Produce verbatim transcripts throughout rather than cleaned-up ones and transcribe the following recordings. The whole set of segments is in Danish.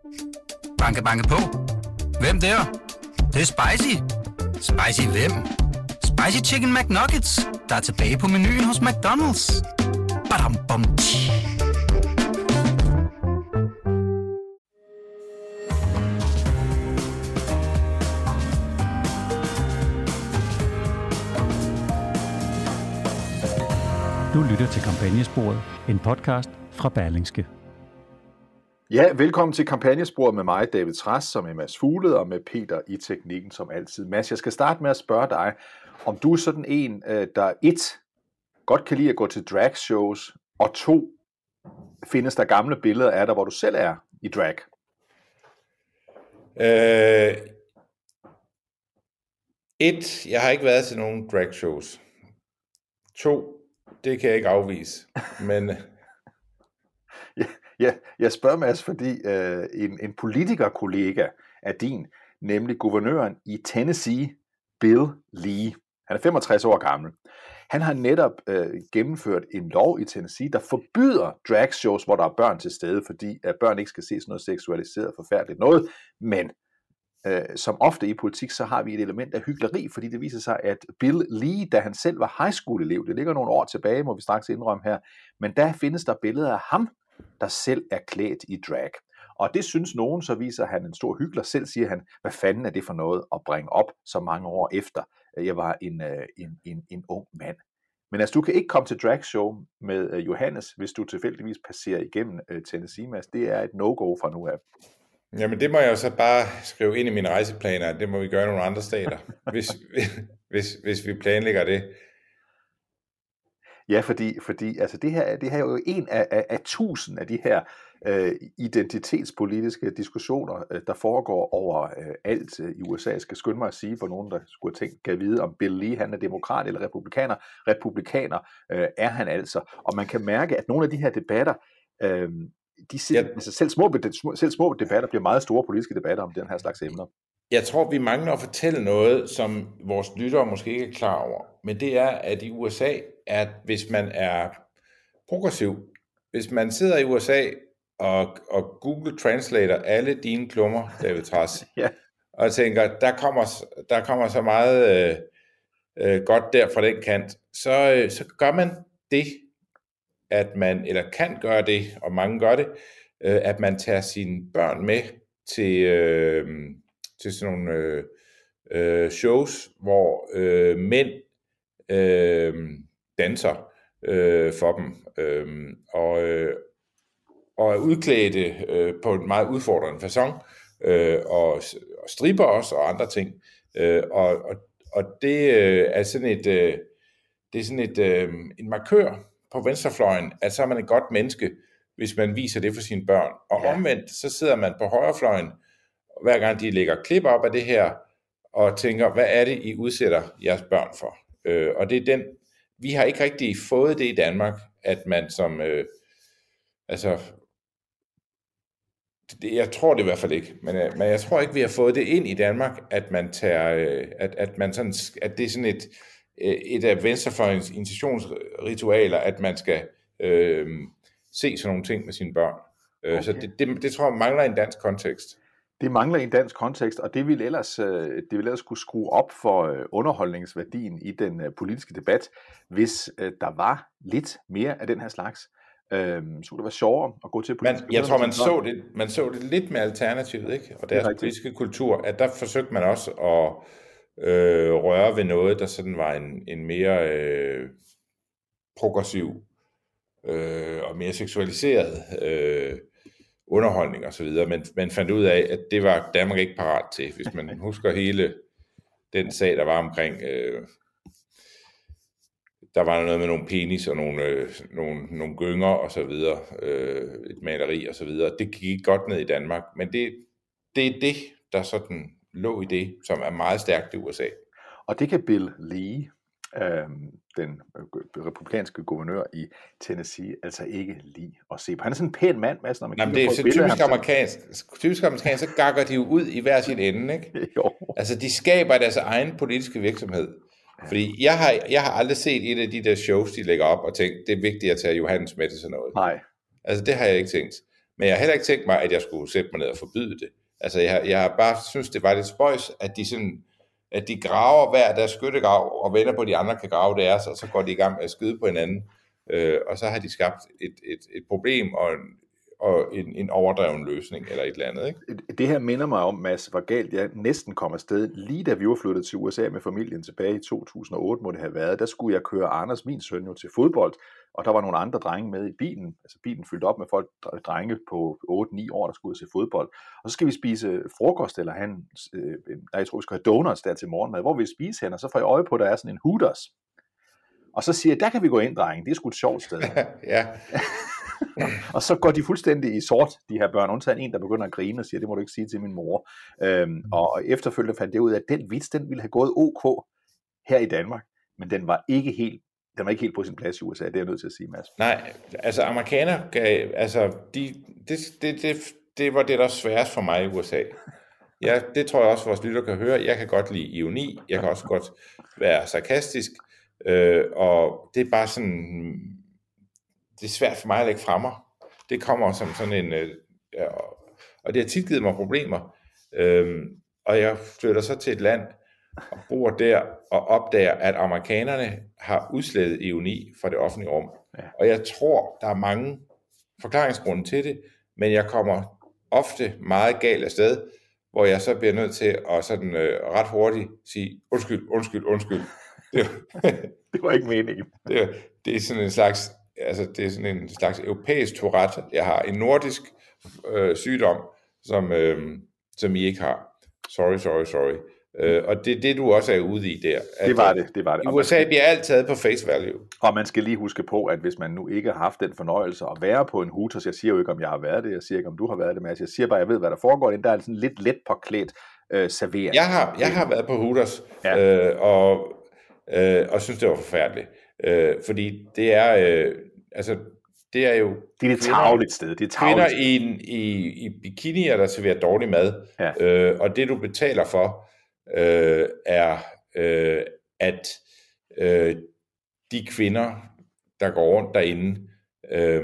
Banke, banke på. Hvem der? Det, det er spicy. Spicy hvem? Spicy Chicken McNuggets, der er tilbage på menuen hos McDonald's. Badum, bom, tji. Du lytter til Kampagnesporet, en podcast fra Berlingske. Ja, velkommen til Kampagnesporet med mig, David Trads, som er Mads Fugled, og med Peter i teknikken som altid. Mads, jeg skal starte med at spørge dig, om du er sådan en, der et, godt kan lide at gå til drag shows, og to, findes der gamle billeder af dig, hvor du selv er i drag? Øh, et, jeg har ikke været til nogen drag shows. To, det kan jeg ikke afvise, men... ja, ja, jeg spørger, Mads, fordi øh, en, en politikerkollega af din, nemlig guvernøren i Tennessee, Bill Lee, han er femogtres år gammel, han har netop øh, gennemført en lov i Tennessee, der forbyder drag shows, hvor der er børn til stede, fordi at børn ikke skal se sådan noget seksualiseret forfærdeligt noget, men øh, som ofte i politik, så har vi et element af hykleri, fordi det viser sig, at Bill Lee, da han selv var high school elev, det ligger nogle år tilbage, må vi straks indrømme her, men der findes der billeder af ham, der selv er klædt i drag. Og det synes nogen, så viser han en stor hykler. Selv siger han, hvad fanden er det for noget at bringe op så mange år efter, jeg var en, en, en, en ung mand. Men altså, du kan ikke komme til drag show med Johannes, hvis du tilfældigvis passerer igennem Tennessee, Mads. Det er et no-go fra nu af. Jamen det må jeg jo så bare skrive ind i mine rejseplaner. Det må vi gøre i nogle andre stater, hvis, hvis, hvis vi planlægger det. Ja, fordi, fordi altså det, her, det her er jo en af, af, af tusind af de her øh, identitetspolitiske diskussioner, øh, der foregår over øh, alt øh, i U S A. Jeg skal skynde mig at sige for nogen, der skulle have tænkt, kan vide, om Bill Lee han er demokrat eller republikaner. Republikaner øh, er han altså. Og man kan mærke, at nogle af de her debatter, øh, de, ja. altså selv, små, selv små debatter bliver meget store politiske debatter om den her slags emner. Jeg tror, vi mangler at fortælle noget, som vores lyttere måske ikke er klar over. Men det er, at i U S A, at hvis man er progressiv, hvis man sidder i U S A og, og Google Translator alle dine klummer, David Trads, ja. og tænker, der kommer, der kommer så meget øh, øh, godt der fra den kant, så, øh, så gør man det, at man, eller kan gøre det, og mange gør det, øh, at man tager sine børn med til... Øh, til sådan nogle øh, øh, shows, hvor øh, mænd øh, danser øh, for dem, øh, og, øh, og er udklædte øh, på en meget udfordrende facon, øh, og, og stripper også, og andre ting. Øh, og, og, og det øh, er sådan et, øh, det er sådan et, øh, en markør på venstrefløjen, at så er man et godt menneske, hvis man viser det for sine børn. Og ja. Omvendt, så sidder man på højrefløjen, hver gang de lægger klip op af det her, og tænker, hvad er det, I udsætter jeres børn for? Øh, og det er den, vi har ikke rigtig fået det i Danmark, at man som, øh, altså, det, jeg tror det i hvert fald ikke, men, øh, men jeg tror ikke, vi har fået det ind i Danmark, at man tager, øh, at, at man sådan, at det er sådan et, øh, et af venstrefløjens initiationsritualer, at man skal øh, se sådan nogle ting med sine børn. Øh, okay. Så det, det, det tror jeg mangler i en dansk kontekst. Det mangler i en dansk kontekst, og det vil ellers, det vil ellers kunne skrue op for underholdningsværdien i den politiske debat, hvis der var lidt mere af den her slags. Så det var sjovere at gå til politisk. Men jeg tror, man så, det, man så det lidt med Alternativet, ikke? Og deres politiske kultur, at der forsøgte man også at øh, røre ved noget, der sådan var en, en mere øh, progressiv øh, og mere seksualiseret øh, underholdning og så videre, men man fandt ud af, at det var Danmark ikke parat til, hvis man husker hele den sag, der var omkring, øh, der var noget med nogle penis og nogle, øh, nogle, nogle gynger og så videre, øh, et maleri og så videre. Det gik ikke godt ned i Danmark, men det, det er det, der sådan lå i det, som er meget stærkt i U S A. Og det kan Bill Lee, øh, den republikanske guvernør i Tennessee, altså ikke lide at se på. Han er sådan en pæn mand, Mads, når man Jamen, det er så typisk amerikansk. Typisk amerikansk, så gakker de jo ud i hver sin ende, ikke? Jo. Altså, de skaber deres egen politiske virksomhed. Fordi jeg har, jeg har aldrig set et af de der shows, de lægger op, og tænkt, det er vigtigt at tage Johannes med til sådan noget. Nej. Altså, det har jeg ikke tænkt. Men jeg har heller ikke tænkt mig, at jeg skulle sætte mig ned og forbyde det. Altså, jeg, jeg har bare synes, det var lidt spøjs, at de sådan, at de graver hver deres skyttegrav, og venter på, at de andre kan grave deres, og så går de i gang med at skyde på hinanden. Øh, og så har de skabt et, et, et problem og en, og en, en overdreven løsning, eller et eller andet, ikke? Det her minder mig om, Mads, hvor galt jeg næsten kom afsted, lige da vi var flyttet til U S A med familien tilbage i to tusind og otte, må det have været, der skulle jeg køre Anders, min søn, jo til fodbold, og der var nogle andre drenge med i bilen, altså bilen fyldt op med folk, drenge på otte ni år, der skulle ud til fodbold, og så skal vi spise frokost, eller han, øh, nej, jeg tror, vi skal have donuts der til morgenmad, hvor vi vil spise hen, og så får jeg øje på, at der er sådan en Hooters, og så siger jeg, der kan vi gå ind, drenge, det er sgu et sjovt sted. Ja. Og så går de fuldstændig i sort, de her børn, undtagen en, der begynder at grine og siger, det må du ikke sige til min mor. Øhm, og efterfølgende fandt det ud af, at den vits, den ville have gået ok her i Danmark, men den var ikke helt, den var ikke helt på sin plads i U S A, det er jeg nødt til at sige, Mads. Nej, altså amerikaner gav, altså, de, det, det, det, det var det, der sværest for mig i U S A. Ja, det tror jeg også, vores lytter kan høre. Jeg kan godt lide ironi, jeg kan også godt være sarkastisk, øh, og det er bare sådan... Det er svært for mig at lægge fra mig. Det kommer som sådan en... Øh, og det har tit givet mig problemer. Øhm, og jeg flytter så til et land og bor der og opdager, at amerikanerne har udslettet ironi fra det offentlige rum. Ja. Og jeg tror, der er mange forklaringsgrunde til det, men jeg kommer ofte meget galt afsted, hvor jeg så bliver nødt til at sådan øh, ret hurtigt sige, undskyld, undskyld, undskyld. Det, det var ikke meningen. Det, det er sådan en slags... Altså, det er sådan en slags europæisk Tourette. Jeg har en nordisk øh, sygdom, som, øh, som I ikke har. Sorry, sorry, sorry. Øh, og det er det, du også er ude i der. At, det var det, det var det. I U S A bliver alt taget på face value. Og man skal lige huske på, at hvis man nu ikke har haft den fornøjelse at være på en Hooters, jeg siger jo ikke, om jeg har været det, jeg siger ikke, om du har været det, men jeg siger bare, jeg ved, hvad der foregår. Der er sådan lidt let påklædt øh, servering. Jeg har, jeg har været på Hooters, ja. øh, og, øh, og synes, det var forfærdeligt. Øh, fordi det er, øh, altså, det er jo... Det er et tarveligt sted. Det er tarveligt kvinder i, i, i bikinier, der serverer dårlig mad. Ja. Øh, og det, du betaler for, øh, er, øh, at øh, de kvinder, der går rundt derinde, øh,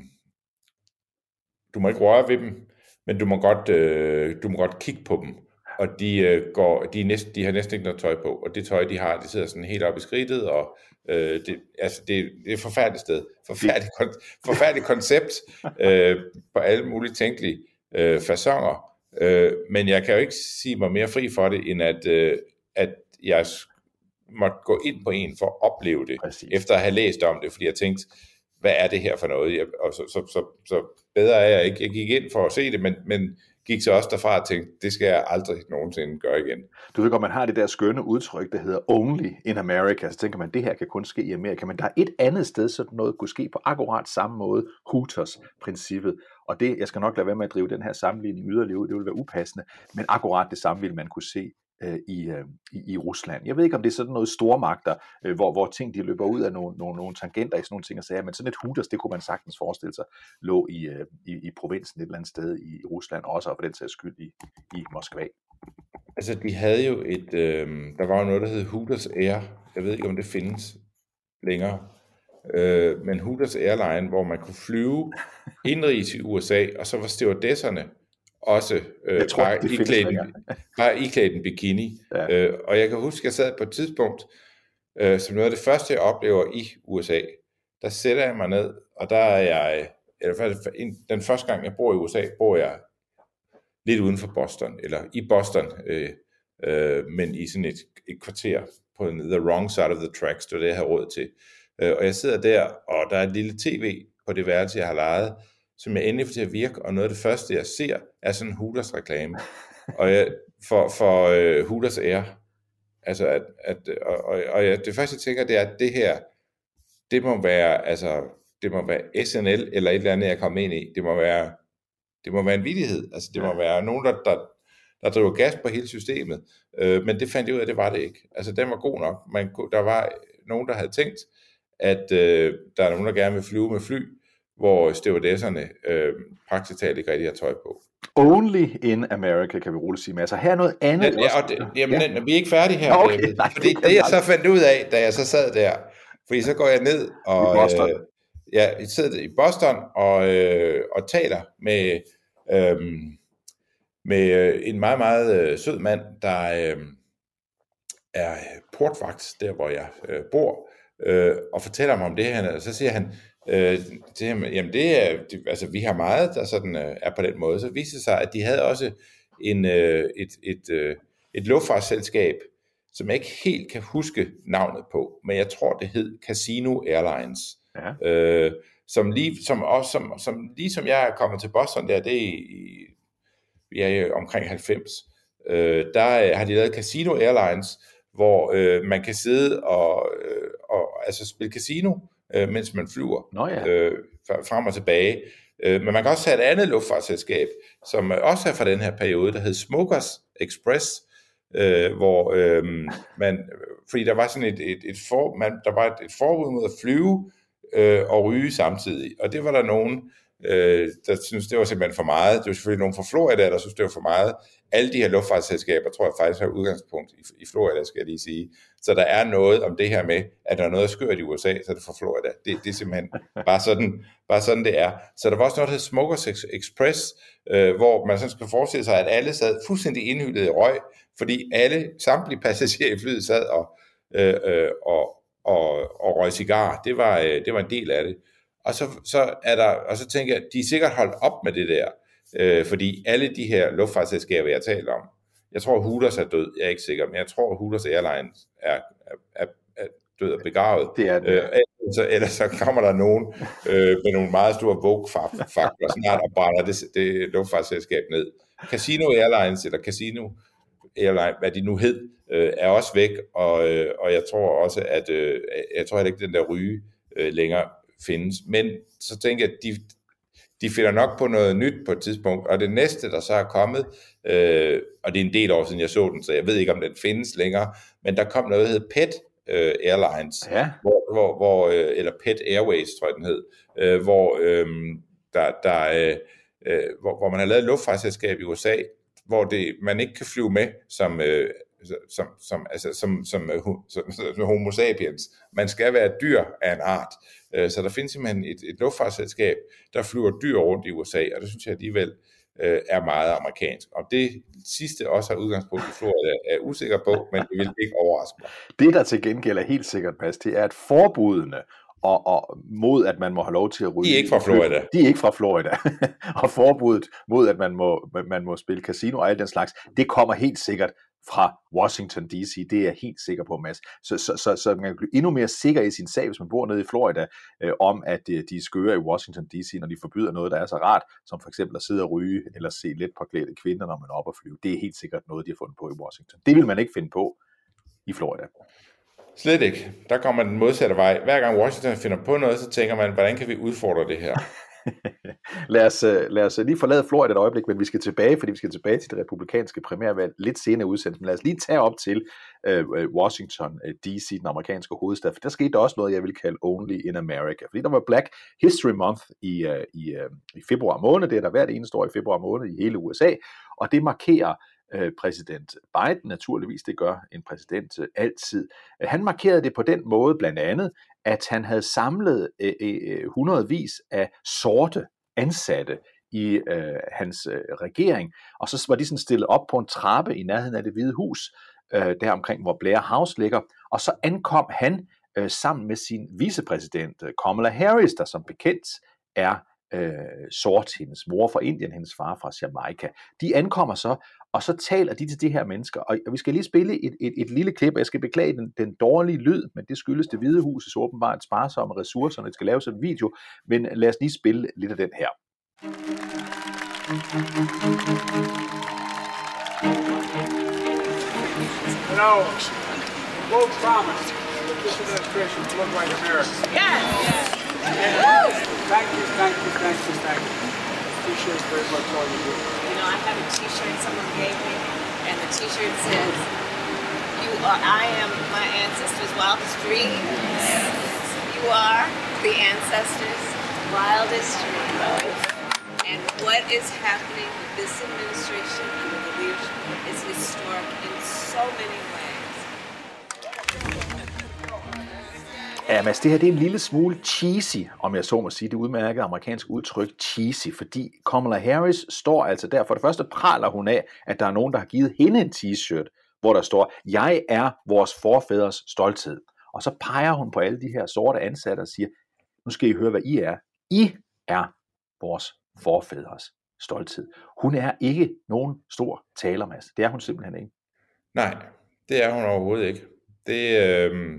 du må ikke røre ved dem, men du må godt, øh, du må godt kigge på dem. Og de, øh, går, de, er næsten, de har næsten ikke noget tøj på, og det tøj, de har, det sidder sådan helt op i skridtet, og øh, det, altså, det, det er et forfærdeligt sted. Forfærdeligt, kon- forfærdeligt koncept øh, på alle mulige tænkelige øh, faconer. Øh, men jeg kan jo ikke sige mig mere fri for det, end at, øh, at jeg måtte gå ind på en for at opleve det, Præcis. Efter at have læst om det, fordi jeg tænkte, hvad er det her for noget? Jeg, og så, så, så, så bedre er jeg ikke. Jeg gik ind for at se det, men, men gik så også derfra og tænkte, det skal jeg aldrig nogensinde gøre igen. Du ved godt, man har det der skønne udtryk, der hedder only in America, så tænker man, det her kan kun ske i Amerika, men der er et andet sted, sådan noget kunne ske på akkurat samme måde, Hooters-princippet, og det, jeg skal nok lade være med at drive den her sammenligning yderligere ud, det vil være upassende, men akkurat det samme vil man kunne se øh, i, øh, i, i Rusland. Jeg ved ikke, om det er sådan noget stormagter, øh, hvor, hvor ting de løber ud af nogle, nogle, nogle tangenter i sådan nogle ting og sager, men sådan et Hooters, det kunne man sagtens forestille sig, lå i, øh, i, i provinsen et eller andet sted i Rusland, også og for den sags skyld i, i Moskva. Altså, de havde jo et, øh, der var jo noget, der hed Hooters Air, jeg ved ikke, om det findes længere, øh, men Hooters Airline, hvor man kunne flyve indrigs i U S A, og så var stewardesserne også øh, tror, bare, iklædt en, bare iklædt en bikini. Ja. Øh, og jeg kan huske, at jeg sad på et tidspunkt, øh, som noget af det første, jeg oplever i U S A, der sætter jeg mig ned, og der er jeg, eller faktisk, den første gang, jeg bor i U S A, bor jeg lidt uden for Boston, eller i Boston, øh, øh, men i sådan et, et kvarter på the wrong side of the tracks, det var det, jeg havde råd til. Øh, og jeg sidder der, og der er et lille tv på det værelse, jeg har lejet, som jeg endelig får til at virke, og noget af det første, jeg ser, er sådan en Hooters-reklame. og jeg, for for uh, Hooters Air. Altså, at, at, og, og, og jeg, det første, jeg tænker, det er, at det her, det må være, altså, det må være S N L, eller et eller andet, jeg kommer ind i. Det må være, det må være en vittighed. Altså, det må være nogen, der, der, der driver gas på hele systemet. Øh, men det fandt jeg ud af, det var det ikke. Altså, den var god nok. Man, der var nogen, der havde tænkt, at øh, der er nogen, der gerne vil flyve med fly, hvor stewardesserne øh, praktisk talt ikke rigtig har tøj på. Only in America, kan vi roligt sige. Men altså, her er noget andet. Ja, ja, og det, jamen, ja. Vi er ikke færdige her. Okay, nej, fordi det, det jeg så fandt ud af, da jeg så sad der, fordi så går jeg ned, og, øh, jeg sidder i Boston og, øh, og taler med, øh, med en meget, meget øh, sød mand, der øh, er portvagt, der hvor jeg øh, bor, øh, og fortæller mig om det her, og så siger han øh, til ham, jamen det er, det, altså vi har meget, der sådan øh, er på den måde. Så viser det sig, at de havde også en, øh, et, et, øh, et luftfartsselskab, som jeg ikke helt kan huske navnet på, men jeg tror, det hed Casino Airlines, ja. øh, som, lige, som, også, som, som lige som jeg er kommet til Boston, der, det er i, jeg er omkring halvfems, øh, der har de lavet Casino Airlines, hvor øh, man kan sidde og, øh, og altså spille casino, øh, mens man flyver Nå, ja. øh, frem og tilbage. Øh, men man kan også have et andet luftfartsselskab, som også er fra den her periode, der hed Smokers Express, øh, hvor øh, man, fordi der var sådan et, et, et, for, man, der var et, et forbud mod at flyve øh, og ryge samtidig, og det var der nogen, øh, der synes det var simpelthen for meget. Det var selvfølgelig nogen fra Florida, der synes det var for meget. Alle de her luftfartsselskaber, tror jeg faktisk har udgangspunkt i, i Florida, skal jeg lige sige. Så der er noget om det her med, at der er noget, der skørt i U S A, så er det fra Florida. Det, det er simpelthen bare sådan, bare sådan, det er. Så der var også noget, der hed Smokers Express, øh, hvor man sådan skal forestille sig, at alle sad fuldstændig indhyllet i røg, fordi alle, samtlige passagerer i flyet sad og, øh, øh, og, og, og røg cigar. Det var, øh, det var en del af det. Og så, så er der, og så tænker jeg, de er sikkert holdt op med det der, øh, fordi alle de her luftfartsselskaber, jeg taler om, jeg tror, Hooters er død, jeg er ikke sikker, men jeg tror, Hooters Airlines er, er, er død og begravet. Det er det. Øh, ellers, så, ellers så kommer der nogen øh, med nogle meget store Vogue-fakler snart og brænder det, det luftfartsselskab ned. Casino Airlines, eller Casino Airline, hvad de nu hed, øh, er også væk, og, øh, og jeg tror også, at øh, jeg tror heller ikke, den der ryge øh, længere findes. Men så tænker jeg, at de, de finder nok på noget nyt på et tidspunkt, og det næste, der så er kommet, øh, og det er en del år siden, jeg så den, så jeg ved ikke, om den findes længere, men der kom noget, der hed Pet øh, Airlines, ja. hvor, hvor, hvor, øh, eller Pet Airways, tror jeg, den hed, øh, hvor, øh, der, der, øh, øh, hvor, hvor man har lavet et luftfartsselskab i U S A, hvor det, man ikke kan flyve med som, øh, som, som, altså, som, som, som, som homo sapiens. Man skal være dyr af en art. Så der findes simpelthen et, et luftfartsselskab, der flyver dyr rundt i U S A, og det synes jeg alligevel øh, er meget amerikansk. Og det sidste også har udgangspunkt i Florida, er jeg usikker på, men det vil ikke overraske mig. Det, der til gengæld er helt sikkert pas, det er, at forbudene og, og mod, at man må have lov til at ryge... De er ikke fra Florida. De er ikke fra Florida. Og forbuddet mod, at man må, man må spille casino og alt den slags, det kommer helt sikkert fra Washington D C, det er jeg helt sikker på, Mads. Så, så, så, så man kan blive endnu mere sikker i sin sag, hvis man bor nede i Florida, øh, om at øh, de er skøre i Washington D C, når de forbyder noget, der er så rart, som for eksempel at sidde og ryge, eller se let påklædte kvinder, når man er oppe og flyve. Det er helt sikkert noget, de har fundet på i Washington. Det vil man ikke finde på i Florida. Slet ikke. Der kommer den modsatte vej. Hver gang Washington finder på noget, så tænker man, hvordan kan vi udfordre det her? lad, os, lad os lige forlade Florida et øjeblik, men vi skal tilbage, fordi vi skal tilbage til det republikanske primærvalg lidt senere udsendelsen. Lad os lige tage op til uh, Washington D C, den amerikanske hovedstad, for der skete også noget, jeg vil kalde Only in America. Fordi der var Black History Month i, uh, i, uh, i februar måned, det er der hvert eneste år i februar måned i hele U S A, og det markerer præsident Biden naturligvis, det gør en præsident altid. Han markerede det på den måde blandt andet, at han havde samlet øh, øh, hundredvis af sorte ansatte i øh, hans øh, regering, og så var de sådan stillet op på en trappe i nærheden af Det Hvide Hus, øh, der omkring hvor Blair House ligger, og så ankom han øh, sammen med sin vicepræsident Kamala Harris, der som bekendt er øh, sort, hendes mor fra Indien, hendes far fra Jamaica. De ankommer så, og så taler de til de her mennesker, og vi skal lige spille et, et, et lille klip, og jeg skal beklage den, den dårlige lyd, men det skyldes Det Hvide Husets åbenbart sparsomme ressourcer, når det skal laves en video, men lad os lige spille lidt af den her. Hello. We'll promise that this administration will look like America. Yes. yes. yes. Thank you, thank you, thank you, thank you. Appreciate very much all you do. You know, I have a T-shirt someone gave me, and the T-shirt says, "You are, I am my ancestors' wildest dreams. You are the ancestors' wildest dreams." And what is happening with this administration under the leadership is historic in so many ways. Ja, Mads, det her det er en lille smule cheesy, om jeg så må sige det udmærkede amerikanske udtryk cheesy, fordi Kamala Harris står altså der. For det første praler hun af, at der er nogen, der har givet hende en t-shirt, hvor der står, jeg er vores forfædres stolthed. Og så peger hun på alle de her sorte ansatte og siger, nu skal I høre, hvad I er. I er vores forfædres stolthed. Hun er ikke nogen stor taler, Mads. Det er hun simpelthen ikke. Nej, det er hun overhovedet ikke. Det, øh,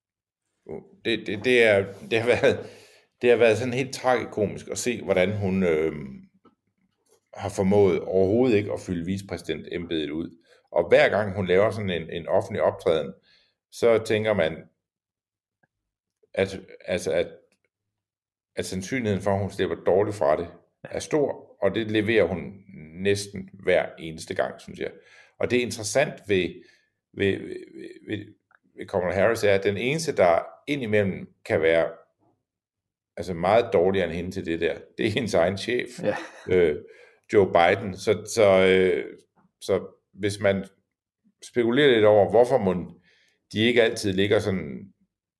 det, det, det, er, det, har været, det har været sådan helt tragikomisk at se, hvordan hun øh, har formået overhovedet ikke at fylde vicepræsidentembedet ud. Og hver gang hun laver sådan en, en offentlig optræden, så tænker man, at, altså at, at sandsynligheden for, at hun slipper dårligt fra det, er stor, og det leverer hun næsten hver eneste gang, synes jeg. Og det er interessant ved, ved, ved, ved, ved Kamala Harris, er, at den eneste, der indimellem kan være altså meget dårligere end hende til det der, det er hendes egen chef, ja. øh, Joe Biden. Så, så, øh, så hvis man spekulerer lidt over, hvorfor man, de ikke altid ligger sådan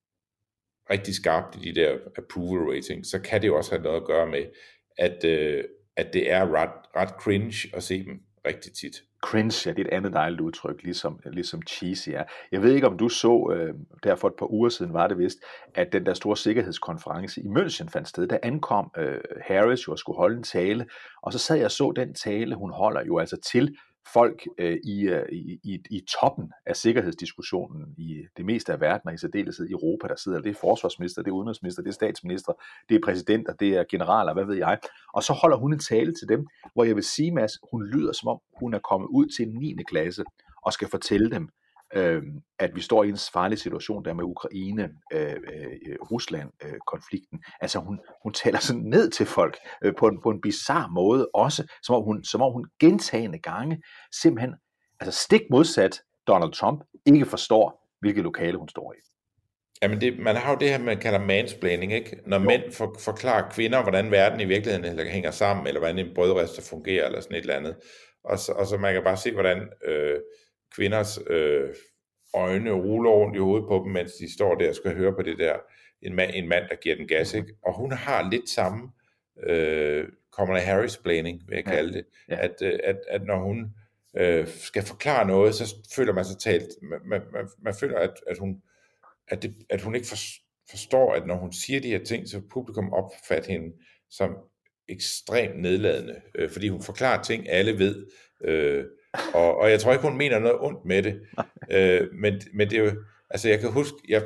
rigtig skarpt i de der approval ratings, så kan det jo også have noget at gøre med, at, øh, at det er ret, ret cringe at se dem rigtig tit. Cringe, ja, det er et andet dejligt udtryk, ligesom, ligesom cheesy er. Jeg ved ikke, om du så, øh, der for et par uger siden var det vist, at den der store sikkerhedskonference i München fandt sted. Der ankom øh, Harris jo og skulle holde en tale, og så sad jeg og så den tale, hun holder jo altså til folk øh, i, øh, i, i toppen af sikkerhedsdiskussionen i det meste af verden, og i særdeleshed i Europa, der sidder. Det er forsvarsminister, det er udenrigsminister, det er statsminister, det er præsidenter, det er generaler, hvad ved jeg. Og så holder hun en tale til dem, hvor jeg vil sige, Mads, hun lyder som om, hun er kommet ud til en niende klasse, og skal fortælle dem, øh, at vi står i en farlig situation der med Ukraine, øh, øh, Rusland-konflikten. Øh, altså hun, hun taler sådan ned til folk øh, på, en, på en bizarre måde, også som om hun, som om hun gentagende gange simpelthen, altså stik modsat Donald Trump, ikke forstår, hvilket lokale hun står i. Jamen det, man har jo det her, man kalder mansplaining, ikke? Når jo. Mænd for, forklarer kvinder, hvordan verden i virkeligheden hænger sammen, eller hvordan en brødrester fungerer, eller sådan et eller andet. Og så, og så man kan bare se, hvordan øh, kvinders øh, øjne ruller rundt i hovedet på dem, mens de står der og skal høre på det der, en mand, en mand der giver den gas, ikke? Og hun har lidt samme øh, Kamala Harris-blaming, vil jeg kalde det, ja. Ja. At, at, at når hun øh, skal forklare noget, så føler man sig talt, man, man, man, man føler, at, at, hun, at, det, at hun ikke forstår, at når hun siger de her ting, så publikum opfatter hende som ekstremt nedladende, øh, fordi hun forklarer ting, alle ved, øh, og, og jeg tror ikke, hun mener noget ondt med det, øh, men, men det er jo, altså jeg kan huske, jeg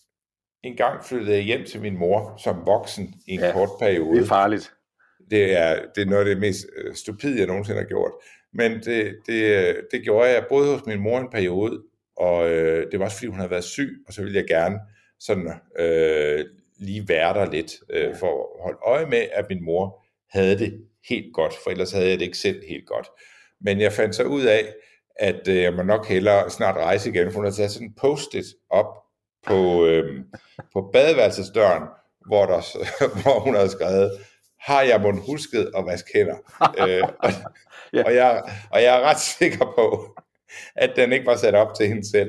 en gang flyttede jeg hjem til min mor som voksen i en ja, kort periode. Det er farligt. Det er, det er noget af det mest stupide, jeg nogensinde har gjort, men det, det, det gjorde jeg, jeg boede hos min mor en periode, og øh, det var også fordi hun havde været syg, og så ville jeg gerne sådan øh, lige være der lidt, øh, for at holde øje med, at min mor havde det helt godt, for ellers havde jeg det ikke selv helt godt. Men jeg fandt så ud af, at øh, jeg må nok hellere snart rejse igen, for hun havde taget sådan en post-it op på, øh, på badeværelsesdøren, hvor, der, hvor hun havde skrevet, har jeg måtte husket at vaske hænder? øh, og, ja. og, jeg, og jeg er ret sikker på, at den ikke var sat op til hende selv.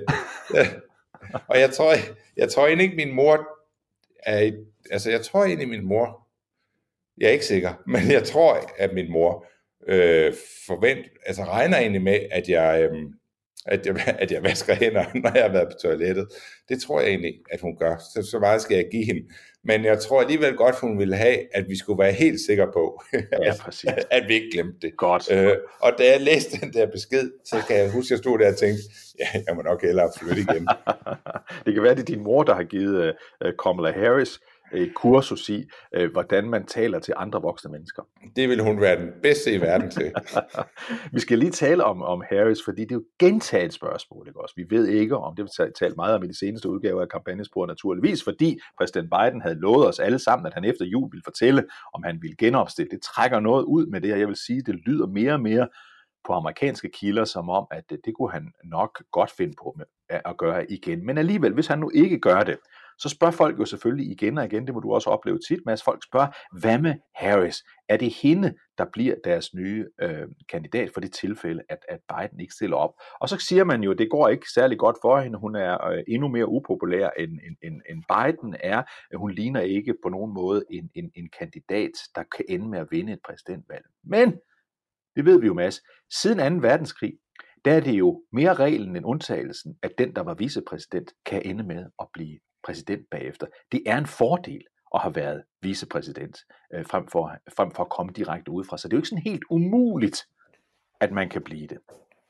Og jeg tror, jeg tror egentlig ikke, min mor er, altså jeg tror egentlig, min mor, jeg er ikke sikker, men jeg tror, at min mor øh, forvent, altså regner egentlig med, at jeg, øh, at, jeg, at jeg vasker hænder, når jeg har været på toilettet. Det tror jeg egentlig, at hun gør. Så, så meget skal jeg give hende. Men jeg tror alligevel godt, hun ville have, at vi skulle være helt sikre på, ja, at, at vi ikke glemte det. Godt. Øh, og da jeg læste den der besked, så kan jeg huske, at jeg stod der og tænkte, ja, jeg må nok hellere flytte igen. Det kan være, det er din mor, der har givet uh, Kamala Harris et kursus i, øh, hvordan man taler til andre voksne mennesker. Det vil hun være den bedste i verden til. Vi skal lige tale om, om Harris, fordi det er jo gentaget spørgsmål, ikke også? Vi ved ikke om, det har vi talt meget om i de seneste udgaver af kampagnesporet naturligvis, fordi præsident Biden havde lovet os alle sammen, at han efter jul ville fortælle, om han ville genopstille. Det trækker noget ud med det, og jeg vil sige, det lyder mere og mere på amerikanske kilder, som om, at det, det kunne han nok godt finde på med at gøre igen. Men alligevel, hvis han nu ikke gør det, så spørger folk jo selvfølgelig igen og igen, det må du også opleve tit, Mads, folk spørger, hvad med Harris? Er det hende, der bliver deres nye øh, kandidat for det tilfælde, at, at Biden ikke stiller op? Og så siger man jo, at det går ikke særlig godt for hende, hun er øh, endnu mere upopulær end, end, end, end Biden er, hun ligner ikke på nogen måde en, en, en kandidat, der kan ende med at vinde et præsidentvalg. Men, det ved vi jo, Mads, siden anden verdenskrig, der er det jo mere reglen end undtagelsen, at den, der var vicepræsident, kan ende med at blive præsident bagefter. Det er en fordel at have været vicepræsident, øh, frem, for, frem for at komme direkte udefra. Så det er jo ikke sådan helt umuligt, at man kan blive det.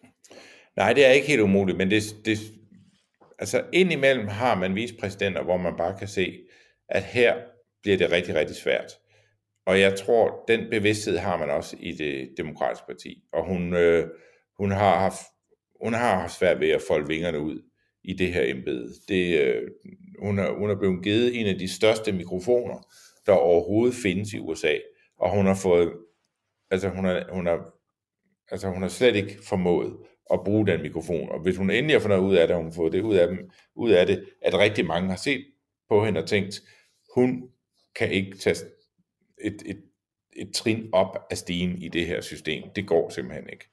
Nej, det er ikke helt umuligt, men det, det, altså indimellem har man vicepræsidenter, hvor man bare kan se, at her bliver det rigtig, rigtig svært. Og jeg tror, den bevidsthed har man også i det demokratiske parti. Og hun, øh, hun, har haft, hun har haft svært ved at folde vingerne ud i det her embede. Det, øh, hun, er, hun er blevet givet en af de største mikrofoner, der overhovedet findes i U S A. Og hun har fået, altså hun har, hun har, altså hun har slet ikke formået at bruge den mikrofon. Og hvis hun endelig har fundet ud af det, og hun har fået det ud af, dem, ud af det, at rigtig mange har set på hende og tænkt, hun kan ikke tage et, et, et trin op af stigen i det her system. Det går simpelthen ikke.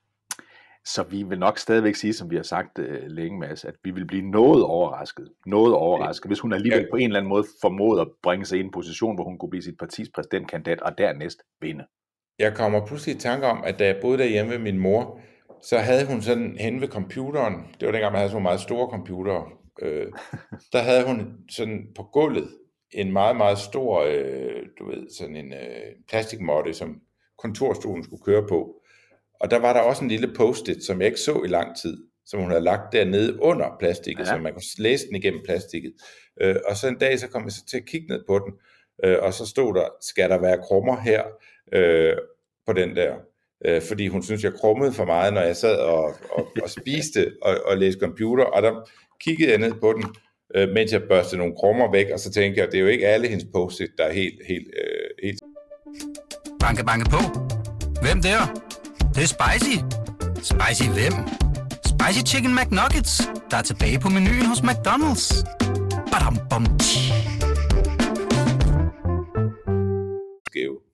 Så vi vil nok stadigvæk sige, som vi har sagt uh, længe, Mads, at vi vil blive noget overrasket, noget overrasket, hvis hun alligevel ja. på en eller anden måde formåede at bringe sig i en position, hvor hun kunne blive sit partis præsidentkandidat og dernæst vinde. Jeg kommer pludselig i tanke om, at da jeg boede derhjemme ved min mor, så havde hun sådan hen ved computeren, det var dengang, man havde så meget store computere, øh, der havde hun sådan på gulvet en meget, meget stor, øh, du ved, sådan en øh, plastikmåtte, som kontorstolen skulle køre på. Og der var der også en lille post-it, som jeg ikke så i lang tid, som hun havde lagt dernede under plastikket, ja. Så man kunne læse den igennem plastikket. Øh, og så en dag, så kom jeg så til at kigge ned på den, øh, og så stod der, skal der være krummer her øh, på den der? Øh, fordi hun synes, jeg krummede for meget, når jeg sad og, og, og spiste og, og læste computer, og der kiggede jeg ned på den, øh, mens jeg børstede nogle krummer væk, og så tænkte jeg, det er jo ikke alle hendes post-it, der er helt, helt, øh, helt... Banke, banke på. Hvem der? Det er spicy. Spicy hvem? Spicy Chicken McNuggets, der er tilbage på menuen hos McDonald's. Badum, bom, skæve.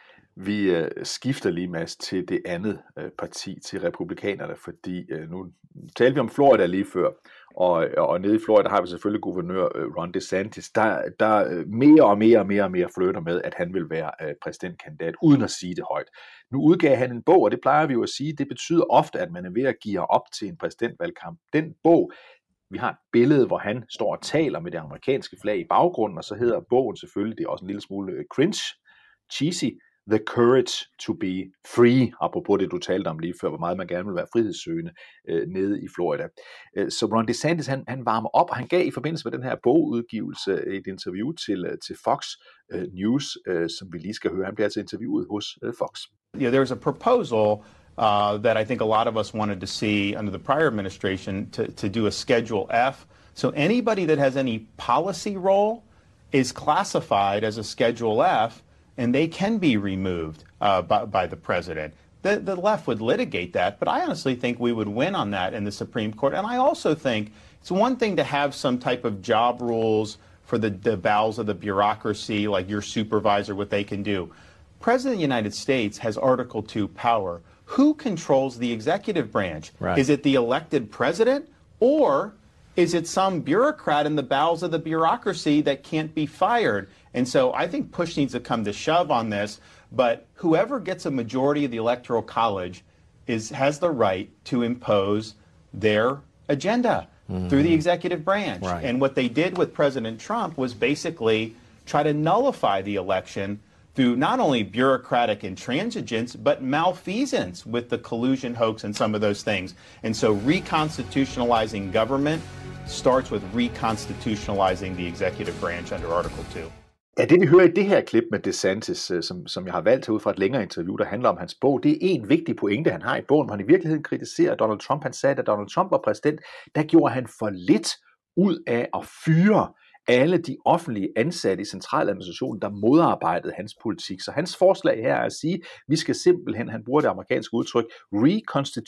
Vi øh, skifter lige, Mads, til det andet øh, parti, til republikanerne, fordi øh, nu talte vi om Florida lige før, og, og nede i Florida har vi selvfølgelig guvernør øh, Ron DeSantis, der, der øh, mere og mere og mere og mere flytter med, at han vil være øh, præsidentkandidat, uden at sige det højt. Nu udgav han en bog, og det plejer vi jo at sige, det betyder ofte, at man er ved at give op til en præsidentvalgkamp. Den bog, vi har et billede, hvor han står og taler med det amerikanske flag i baggrunden, og så hedder bogen selvfølgelig, det er også en lille smule øh, cringe, cheesy, The Courage to be Free, apropos det, du talte om lige før, hvor meget man gerne vil være frihedssøgende øh, nede i Florida. Øh, så Ron DeSantis, han, han varmer op, og han gav i forbindelse med den her bogudgivelse et interview til, til Fox øh, News, øh, som vi lige skal høre. Han bliver altså interviewet hos øh, Fox. Yeah, there's a proposal uh, that I think a lot of us wanted to see under the prior administration to, to do a Schedule F. So anybody that has any policy role is classified as a Schedule F, and they can be removed uh, by, by the president. The, the left would litigate that, but I honestly think we would win on that in the Supreme Court. And I also think it's one thing to have some type of job rules for the, the bowels of the bureaucracy, like your supervisor, what they can do. President of the United States has Article two power. Who controls the executive branch? Right. Is it the elected president, or is it some bureaucrat in the bowels of the bureaucracy that can't be fired? And so I think push needs to come to shove on this, but whoever gets a majority of the Electoral College is has the right to impose their agenda mm-hmm. through the executive branch. Right. And what they did with President Trump was basically try to nullify the election through not only bureaucratic intransigence, but malfeasance with the collusion hoax and some of those things. And so reconstitutionalizing government starts with reconstitutionalizing the executive branch under Article two. Ja, det vi hører i det her klip med DeSantis, som, som jeg har valgt ud fra et længere interview, der handler om hans bog, det er en vigtig pointe, han har i bogen, hvor han i virkeligheden kritiserer Donald Trump. Han sagde, at da Donald Trump var præsident, der gjorde han for lidt ud af at fyre alle de offentlige ansatte i centraladministrationen, der modarbejdede hans politik. Så hans forslag her er at sige, at vi skal simpelthen, han bruger det amerikanske udtryk,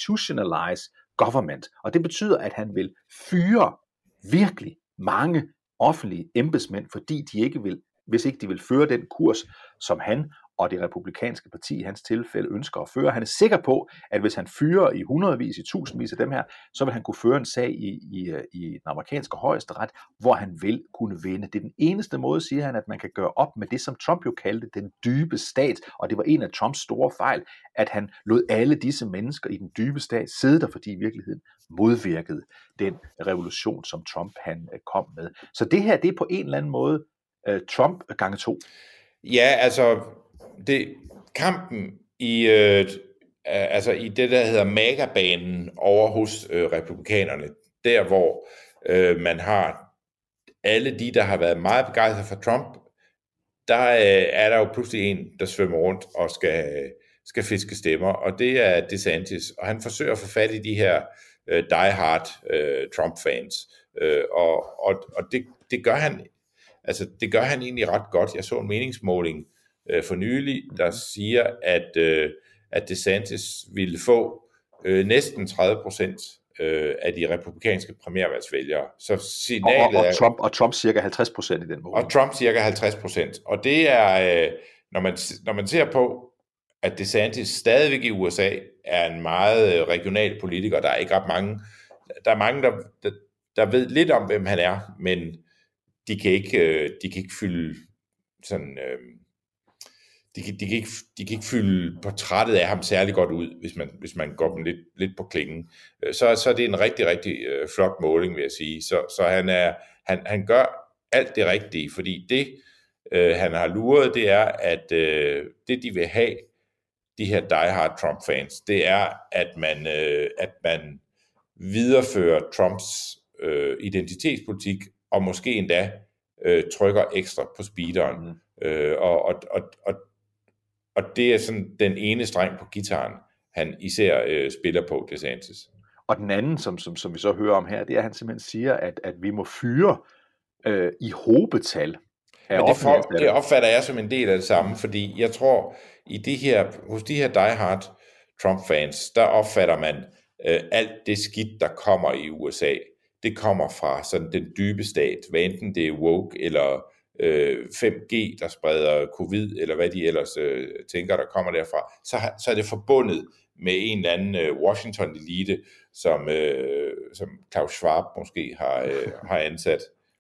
reconstitutionalize government. Og det betyder, at han vil fyre virkelig mange offentlige embedsmænd, fordi de ikke vil, hvis ikke de vil føre den kurs, som han og det republikanske parti i hans tilfælde ønsker at føre. Han er sikker på, at hvis han fyrer i hundredvis, i tusindvis af dem her, så vil han kunne føre en sag i, i, i den amerikanske højesteret, hvor han vil kunne vinde. Det er den eneste måde, siger han, at man kan gøre op med det, som Trump jo kaldte den dybe stat, og det var en af Trumps store fejl, at han lod alle disse mennesker i den dybe stat sidde der, fordi i virkeligheden modvirkede den revolution, som Trump han kom med. Så det her, det er på en eller anden måde uh, Trump gange to. Ja, altså det, kampen i, øh, altså i det, der hedder MAGA-banen over hos øh, republikanerne, der hvor øh, man har alle de, der har været meget begejstrede for Trump, der øh, er der jo pludselig en, der svømmer rundt og skal, skal fiske stemmer, og det er DeSantis, og han forsøger at få fat i de her øh, die-hard øh, Trump-fans, øh, og, og, og det, det gør han altså det gør han egentlig ret godt. Jeg så en meningsmåling for nylig, der siger, at, øh, at DeSantis ville få øh, næsten tredive procent øh, af de republikanske primærvalgsvælgere. Så signalet og, og, og, er, Trump, og Trump cirka halvtreds procent i den måling. Og Trump cirka halvtreds procent. Og det er, øh, når, man, når man ser på, at DeSantis stadigvæk i U S A er en meget øh, regional politiker, der er ikke ret mange, der er mange, der, der, der ved lidt om, hvem han er, men de kan ikke, øh, de kan ikke fylde sådan... Øh, De kan, de, kan ikke, de kan ikke fylde portrættet af ham særlig godt ud, hvis man, hvis man går dem lidt, lidt på klingen. Så, så er det en rigtig, rigtig øh, flot måling, vil jeg sige. Så, så han, er, han, han gør alt det rigtige, fordi det, øh, han har luret, det er, at øh, det, de vil have, de her die-hard Trump-fans, det er, at man, øh, at man viderefører Trumps øh, identitetspolitik, og måske endda øh, trykker ekstra på speederen. Mm. Øh, og, og, og, og Og det er sådan den ene streng på gitaren, han især øh, spiller på, DeSantis. Og den anden, som, som, som vi så hører om her, det er, at han simpelthen siger, at, at vi må fyre øh, i hobetal. Men det, for, det opfatter jeg som en del af det samme, fordi jeg tror, i de her, hos de her die-hard Trump-fans, der opfatter man øh, alt det skidt, der kommer i U S A. Det kommer fra sådan den dybe stat, hvad enten det er woke eller fem G, der spreder covid, eller hvad de ellers øh, tænker, der kommer derfra, så, så er det forbundet med en eller anden øh, Washington-elite, som, øh, som Klaus Schwab måske har, øh, har ansat.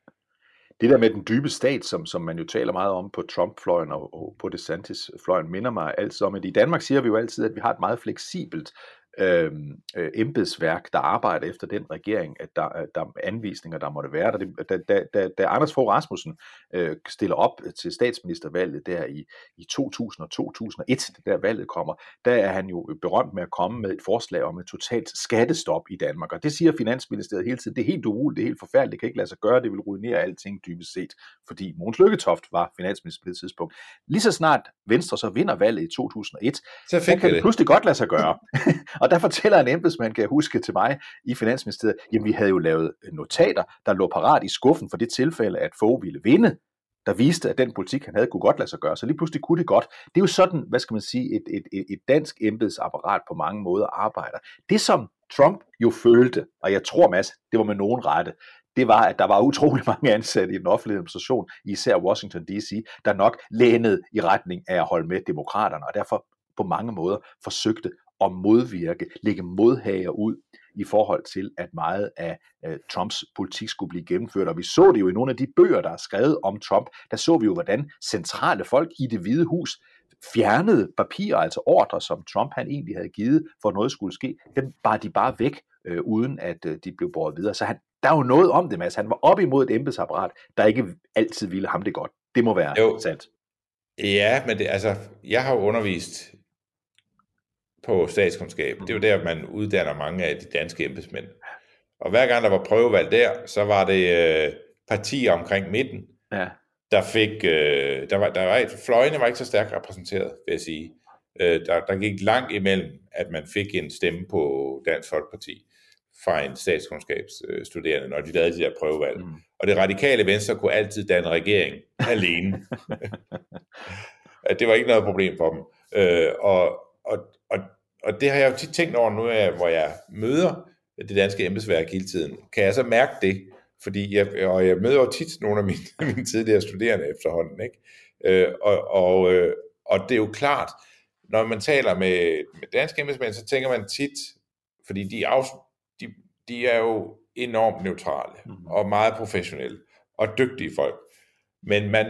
Det der med den dybe stat, som, som man jo taler meget om på Trump-fløjen og, og på DeSantis-fløjen, minder mig altid om, at i Danmark siger vi jo altid, at vi har et meget fleksibelt Øh, øh, embedsværk, der arbejder efter den regering, at der, der er anvisninger, der måtte være. Da, da, da, da Anders Fogh Rasmussen øh, stiller op til statsministervalget der i, i to tusind og to tusind og et, der valget kommer, der er han jo berømt med at komme med et forslag om et totalt skattestop i Danmark, og det siger Finansministeriet hele tiden, det er helt umuligt, det er helt forfærdeligt, det kan ikke lade sig gøre, det vil ruinere alting dybest set, fordi Mogens Lykketoft var finansminister på det tidspunkt. Lige så snart Venstre så vinder valget i to tusind og et, så fik kan det pludselig godt lade sig gøre. Og der fortæller en embedsmand, kan jeg huske til mig i Finansministeriet, jamen vi havde jo lavet notater, der lå parat i skuffen for det tilfælde, at Fogh ville vinde, der viste, at den politik, han havde, kunne godt lade sig gøre. Så lige pludselig kunne det godt. Det er jo sådan, hvad skal man sige, et, et, et, et dansk embedsapparat på mange måder arbejder. Det som Trump jo følte, og jeg tror, Mads, det var med nogen rette, det var, at der var utrolig mange ansatte i den offentlige administration, især Washington D C, der nok lænede i retning af at holde med demokraterne, og derfor på mange måder forsøgte at modvirke, lægge modhager ud i forhold til, at meget af uh, Trumps politik skulle blive gennemført. Og vi så det jo i nogle af de bøger, der er skrevet om Trump, der så vi jo, hvordan centrale folk i Det Hvide Hus fjernede papirer, altså ordre, som Trump han egentlig havde givet, for noget skulle ske. Dem bar de bare væk, øh, uden at øh, de blev båret videre. Så han, der er jo noget om det, Mads. Han var op imod et embedsapparat, der ikke altid ville ham det godt. Det må være jo sandt. Ja, men det, altså, jeg har jo undervist på statskundskab. Det er jo der, man uddanner mange af de danske embedsmænd. Og hver gang der var prøvevalg der, så var det øh, partier omkring midten, ja. der fik, øh, der var, der var, fløjene var ikke så stærkt repræsenteret, vil jeg sige. Øh, der, der gik langt imellem, at man fik en stemme på Dansk Folkeparti fra en statskundskabsstuderende, når de lavede de der prøvevalg. Mm. Og det radikale Venstre kunne altid danne regering alene. Det var ikke noget problem for dem. Øh, og, og, og, og det har jeg jo tit tænkt over nu, hvor jeg møder det danske embedsværk hele tiden. Kan jeg så mærke det? fordi jeg, og jeg møder jo tit nogle af mine, mine tidligere studerende efterhånden, ikke? Øh, og, og, øh, og det er jo klart, når man taler med, med danske embedsmænd, så tænker man tit, fordi de, af, de, de er jo enormt neutrale, mm. og meget professionelle, og dygtige folk. Men man,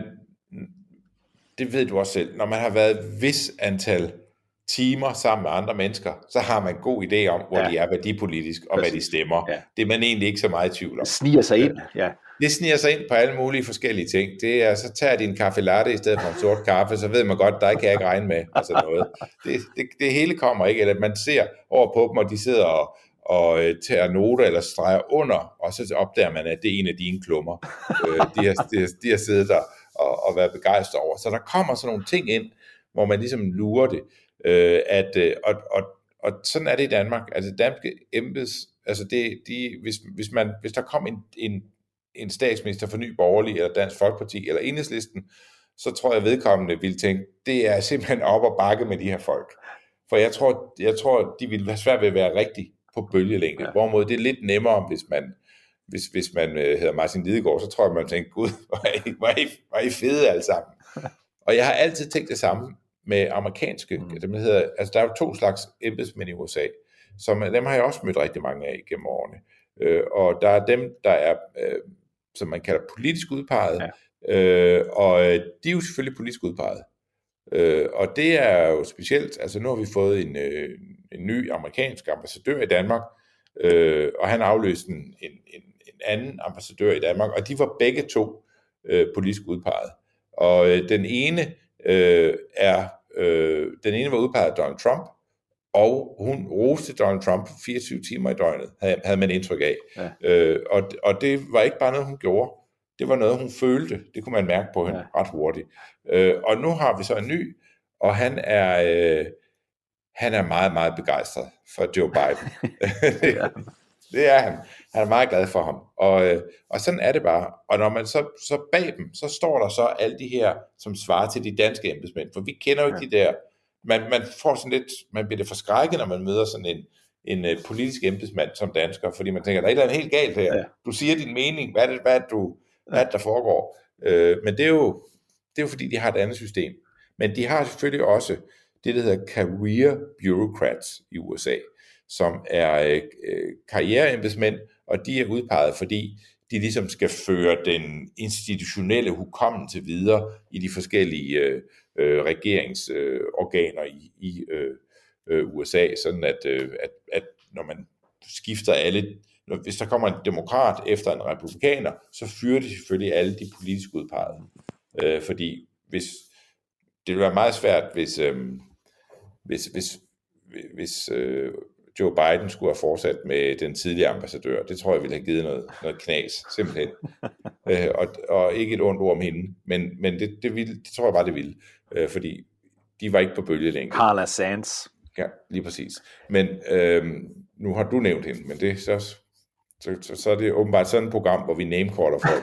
det ved du også selv, når man har været et vis antal timer sammen med andre mennesker, så har man en god idé om, hvor ja. de er værdipolitisk, og Præcis. hvad de stemmer. Ja. Det er man egentlig ikke så meget i tvivl om. Det sniger sig ind, ja. Det sniger sig ind på alle mulige forskellige ting. Det er, så tager de en kaffe latte i stedet for en sort kaffe, så ved man godt, der kan jeg ikke regne med, og sådan noget. Det, det, det hele kommer ikke, eller man ser over på dem, og de sidder og, og tager noter, eller streger under, og så opdager man, at det er en af dine klummer. de, har, de, har, de har siddet der og, og været begejstret over. Så der kommer sådan nogle ting ind, hvor man ligesom lurer det. Øh, at, øh, og, og, og sådan er det i Danmark. Altså danske embeds, altså det, de, hvis, hvis, man, hvis der kom en, en, en statsminister for Ny Borgerlige, eller Dansk Folkeparti, eller Enhedslisten, så tror jeg vedkommende ville tænke, det er simpelthen op og bakke med de her folk. For jeg tror, jeg tror de ville være svært ved at være rigtig på bølgelængde. Ja. Hvorimod det er lidt nemmere, hvis man, hvis, hvis man øh, hedder Martin Lidegaard, så tror jeg, man tænker, gud, hvor er I, hvor er I, hvor er I fede alle sammen. Og jeg har altid tænkt det samme med amerikanske, mm. dem hedder, altså der er jo to slags embedsmænd i U S A, som dem har jeg også mødt rigtig mange af gennem årene. Øh, og der er dem, der er, øh, som man kalder politisk udpeget, ja. øh, og de er jo selvfølgelig politisk udpeget. Øh, og det er jo specielt, altså nu har vi fået en, øh, en ny amerikansk ambassadør i Danmark, øh, og han afløste en, en, en anden ambassadør i Danmark, og de var begge to øh, politisk udpeget. Og øh, den ene øh, er øh, den ene var udpeget af Donald Trump, og hun roste Donald Trump fireogtyve timer i døgnet, havde, havde man indtryk af. Ja. Øh, og, og det var ikke bare noget, hun gjorde. Det var noget, hun følte. Det kunne man mærke på hende ja. ret hurtigt. Øh, og nu har vi så en ny, og han er, øh, han er meget, meget begejstret for Joe Biden. ja. Det er han. Han er meget glad for ham. Og, øh, og sådan er det bare. Og når man så, så bag dem, så står der så alle de her, som svarer til de danske embedsmænd. For vi kender jo ikke ja. de der. Man, man får sådan lidt, man bliver det forskrækket, når man møder sådan en, en uh, politisk embedsmand som dansker, fordi man tænker, der er et eller andet helt galt her. Ja. Du siger din mening, hvad er det, hvad er det, du, hvad er det der foregår? Øh, men det er, jo, det er jo fordi, de har et andet system. Men de har selvfølgelig også det, der hedder career bureaucrats i U S A, som er øh, karriereembedsmænd, og de er udpeget, fordi de ligesom skal føre den institutionelle hukommelse videre i de forskellige øh, øh, regeringsorganer øh, i, i øh, U S A, sådan at, øh, at, at når man skifter alle, når, hvis der kommer en demokrat efter en republikaner, så fyrer de selvfølgelig alle de politisk udpegede. Øh, fordi hvis, det vil være meget svært, hvis, øh, hvis, hvis, hvis øh, Joe Biden skulle have fortsat med den tidligere ambassadør. Det tror jeg ville have givet noget, noget knas, simpelthen. øh, og, og ikke et ondt ord om hende, men, men det, det, ville, det tror jeg bare, det ville. Øh, fordi de var ikke på bølgelængde. Carla Sands. Ja, lige præcis. Men øh, nu har du nævnt hende, men det, så, så, så, så er det åbenbart sådan et program, hvor vi namecaller folk.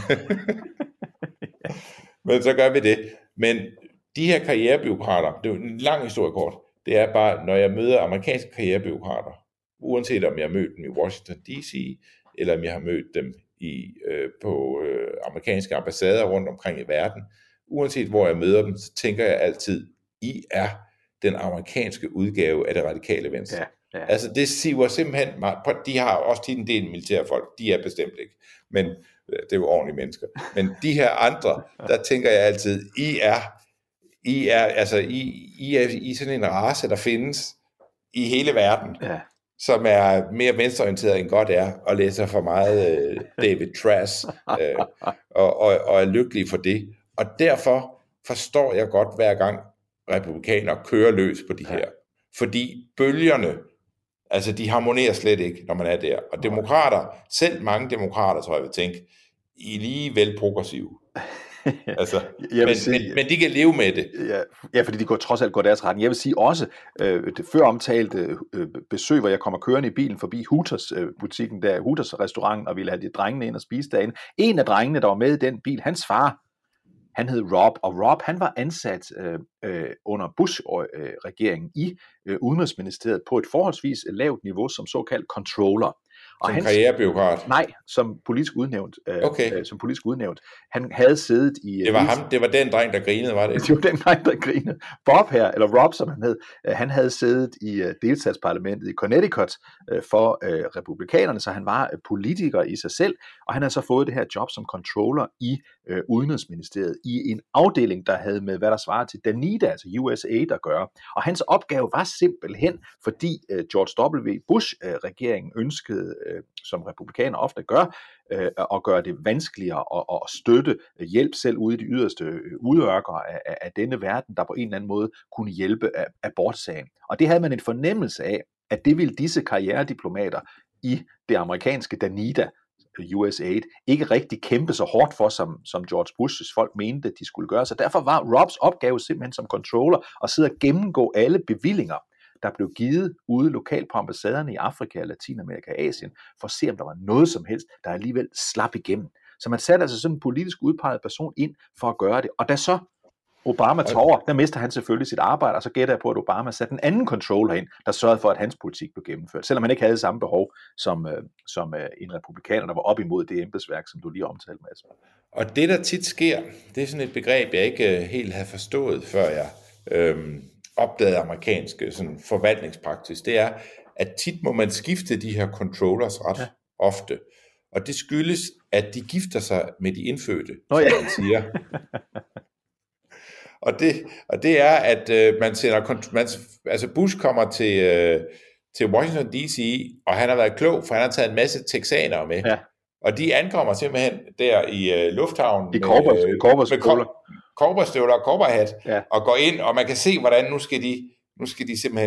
Men så gør vi det. Men de her karrierebureaukrater, det er jo en lang historie kort, det er bare, når jeg møder amerikanske karrierebureaukrater, uanset om jeg har mødt dem i Washington D C, eller om jeg har mødt dem i, øh, på øh, amerikanske ambassader rundt omkring i verden, uanset hvor jeg møder dem, så tænker jeg altid, I er den amerikanske udgave af det radikale venstre. Ja, ja. Altså det siver simpelthen, de har også tit en del militærfolk, de er bestemt ikke, men det er jo ordentlige mennesker. Men de her andre, der tænker jeg altid, I er I er, altså, I, I er i sådan en race, der findes i hele verden, ja. som er mere venstreorienteret end godt er, og læser for meget øh, David Trash, øh, og, og, og er lykkelig for det. Og derfor forstår jeg godt, hver gang republikanere kører løs på de her. Fordi bølgerne, altså de harmonerer slet ikke, når man er der. Og demokrater, selv mange demokrater, tror jeg vil tænke, I er lige vel progressive. altså, men, sige, men, men de kan leve med det. Ja, ja, fordi de går trods alt går deres retning. Jeg vil sige også, øh, det før omtalte øh, besøg, hvor jeg kommer kørende i bilen forbi Hooters øh, butikken, der Hooters restauranten, og ville have de drengene ind og spise derinde. En af drengene, der var med i den bil, hans far, han hed Rob, og Rob, han var ansat øh, øh, under Bush-regeringen i øh, Udenrigsministeriet på et forholdsvis lavt niveau som såkaldt controller. Og som hans, karrierebureaukrat? Nej, som politisk udnævnt. Øh, okay. øh, som politisk udnævnt. Han havde siddet i... Det var ham, det var den dreng, der grinede, var det? Det var den dreng, der grinede. Bob her, eller Rob, som han hed, øh, han havde siddet i øh, delstatsparlamentet i Connecticut øh, for øh, republikanerne, så han var øh, politiker i sig selv, og han havde så fået det her job som controller i øh, Udenrigsministeriet, i en afdeling, der havde med, hvad der svarer til Danida, altså U S A, der gør. Og hans opgave var simpelthen, fordi øh, George W. Bush-regeringen øh, ønskede, øh, som republikaner ofte gør, øh, at gøre det vanskeligere at, at støtte hjælp selv ude i de yderste udørker af, af, af denne verden, der på en eller anden måde kunne hjælpe af abortsagen. Og det havde man en fornemmelse af, at det ville disse karrierediplomater i det amerikanske Danida, U S A, ikke rigtig kæmpe så hårdt for, som, som George Bush's folk mente, de skulle gøre. Så derfor var Robs opgave simpelthen som controller at sidde og gennemgå alle bevillinger, der blev givet ude lokalt på ambassaderne i Afrika, Latinamerika og Asien, for at se, om der var noget som helst, der alligevel slap igennem. Så man satte altså sådan en politisk udpeget person ind for at gøre det. Og da så Obama tager over, der mister han selvfølgelig sit arbejde, og så gætter jeg på, at Obama satte en anden controller ind, der sørgede for, at hans politik blev gennemført, selvom han ikke havde samme behov som, øh, som øh, en republikaner, der var op imod det embedsværk, som du lige omtalte, Mads. Og det, der tit sker, det er sådan et begreb, jeg ikke helt havde forstået, før jeg øh, opdagede amerikansk sådan forvaltningspraksis, det er, at tit må man skifte de her controllers ret ja. ofte. Og det skyldes, at de gifter sig med de indfødte, oh, ja. som man siger. Og det, og det er, at øh, man sender, man, altså Bush kommer til, øh, til Washington D C, og han har været klog, for han har taget en masse texanere med. Ja. Og de ankommer simpelthen der i øh, lufthavnen. I korberstøvler. Korberstøvler og korberhat, ja. og går ind, og man kan se, hvordan nu skal de, nu skal de simpelthen,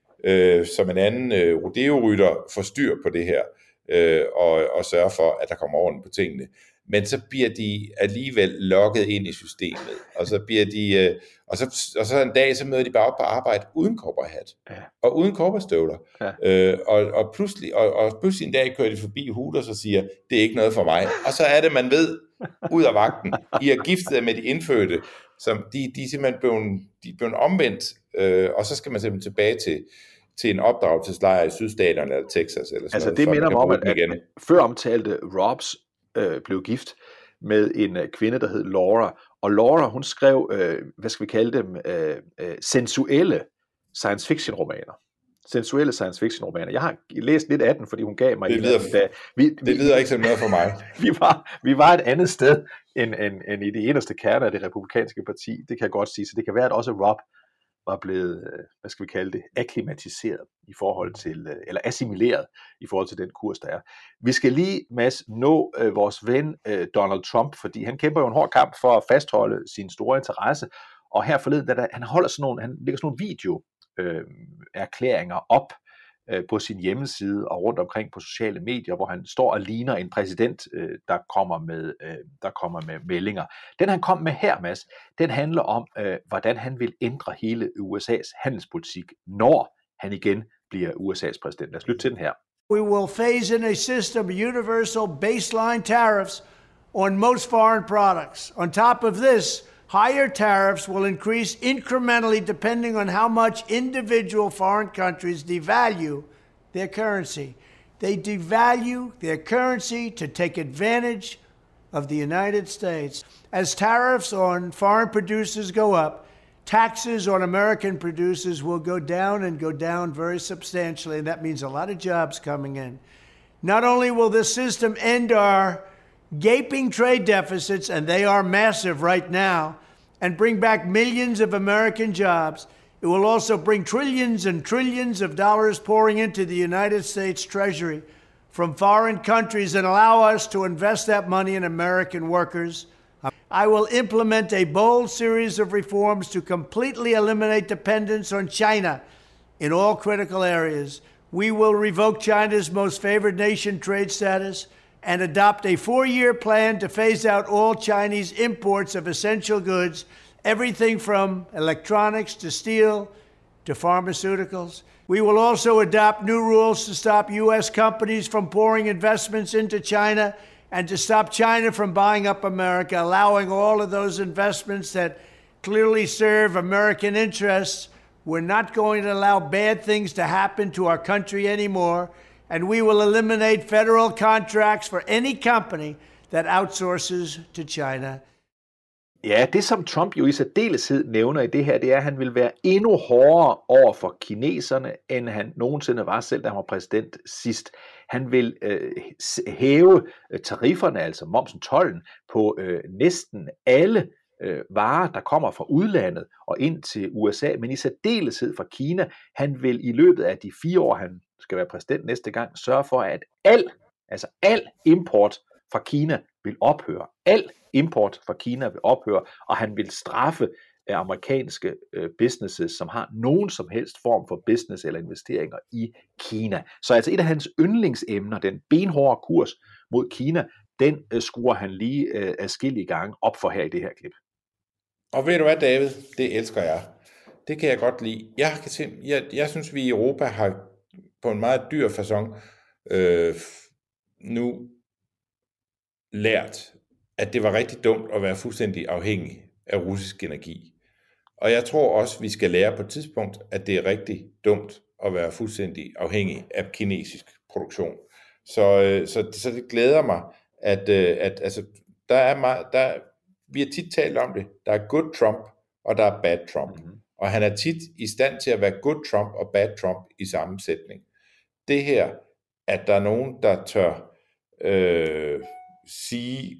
øh, som en anden øh, rodeo-rytter, få styr på det her, øh, og, og sørge for, at der kommer orden på tingene. Men så bliver de alligevel lokket ind i systemet, og så bliver de, øh, og, så, og så en dag, så møder de bare op på arbejde uden korberhat, ja. og uden korberstøvler, ja. øh, og, og, pludselig, og, og pludselig en dag kører de forbi Hooters og siger, det er ikke noget for mig, og så er det, man ved, ud af vagten, I er giftet med de indfødte, som de, de er simpelthen blevet, de er blevet omvendt, øh, og så skal man simpelthen tilbage til, til en opdragelseslejr i sydstaterne eller Texas, eller sådan altså, noget, det minder mig om, at, at før omtalte Robs øh, blev gift med en øh, kvinde, der hed Laura, og Laura, hun skrev, øh, hvad skal vi kalde dem, øh, øh, sensuelle science fiction romaner. Sensuelle science fiction romaner. Jeg har læst lidt af den, fordi hun gav mig det lyder, en dag. Vi, det vi, lyder ikke som noget for mig. vi, var, vi var et andet sted end, end, end i det eneste kerne af det republikanske parti. Det kan jeg godt sige. Så det kan være, at også Rob var blevet, hvad skal vi kalde det, akklimatiseret i forhold til, eller assimileret i forhold til den kurs, der er. Vi skal lige, Mads, nå øh, vores ven øh, Donald Trump, fordi han kæmper jo en hård kamp for at fastholde sin store interesse, og her forleden, der, han holder sådan nogle, han lægger sådan nogle video øh, erklæringer op øh, på sin hjemmeside og rundt omkring på sociale medier, hvor han står og ligner en præsident, øh, der kommer med øh, der kommer med meldinger. Den han kom med her, Mads, den handler om, øh, hvordan han vil ændre hele U S A's handelspolitik, når han igen bliver U S A's præsident. Lad os lytte til den her. We will phase in a system of universal baseline tariffs on most foreign products. On top of this, higher tariffs will increase incrementally depending on how much individual foreign countries devalue their currency. They devalue their currency to take advantage of the United States. As tariffs on foreign producers go up, taxes on American producers will go down and go down very substantially, and that means a lot of jobs coming in. Not only will this system end our gaping trade deficits, and they are massive right now, and bring back millions of American jobs, it will also bring trillions and trillions of dollars pouring into the United States Treasury from foreign countries and allow us to invest that money in American workers. I will implement a bold series of reforms to completely eliminate dependence on China in all critical areas. We will revoke China's most favored nation trade status and adopt a four-year plan to phase out all Chinese imports of essential goods, everything from electronics to steel to pharmaceuticals. We will also adopt new rules to stop U S companies from pouring investments into China and to stop China from buying up America, allowing all of those investments that clearly serve American interests. We're not going to allow bad things to happen to our country anymore. and we will eliminate federal contracts for any company that outsources to China. Ja, det som Trump jo i særdeleshed nævner i det her, det er, at han vil være endnu hårdere over for kineserne, end han nogensinde var selv, da han var præsident sidst. Han vil øh, hæve tarifferne, altså momsen, tolden, på øh, næsten alle øh, varer, der kommer fra udlandet og ind til U S A, men i særdeleshed fra Kina. Han vil i løbet af de fire år, han skal være præsident næste gang, sørge for, at al, altså al import fra Kina vil ophøre. Al import fra Kina vil ophøre, og han vil straffe amerikanske øh, businesses, som har nogen som helst form for business eller investeringer i Kina. Så altså et af hans yndlingsemner, den benhårde kurs mod Kina, den øh, skruer han lige øh, adskillige gange op for her i det her klip. Og ved du hvad, David? Det elsker jeg. Det kan jeg godt lide. Jeg, kan se, jeg, jeg synes, vi i Europa har på en meget dyr facon øh, nu lært, at det var rigtig dumt at være fuldstændig afhængig af russisk energi. Og jeg tror også, vi skal lære på et tidspunkt, at det er rigtig dumt at være fuldstændig afhængig af kinesisk produktion. Så, så, så det glæder mig, at, at altså, der er meget, der, vi har tit talt om det. Der er good Trump, og der er bad Trump. Mm-hmm. Og han er tit i stand til at være good Trump og bad Trump i samme sætning. Det her, at der er nogen, der tør øh, sige,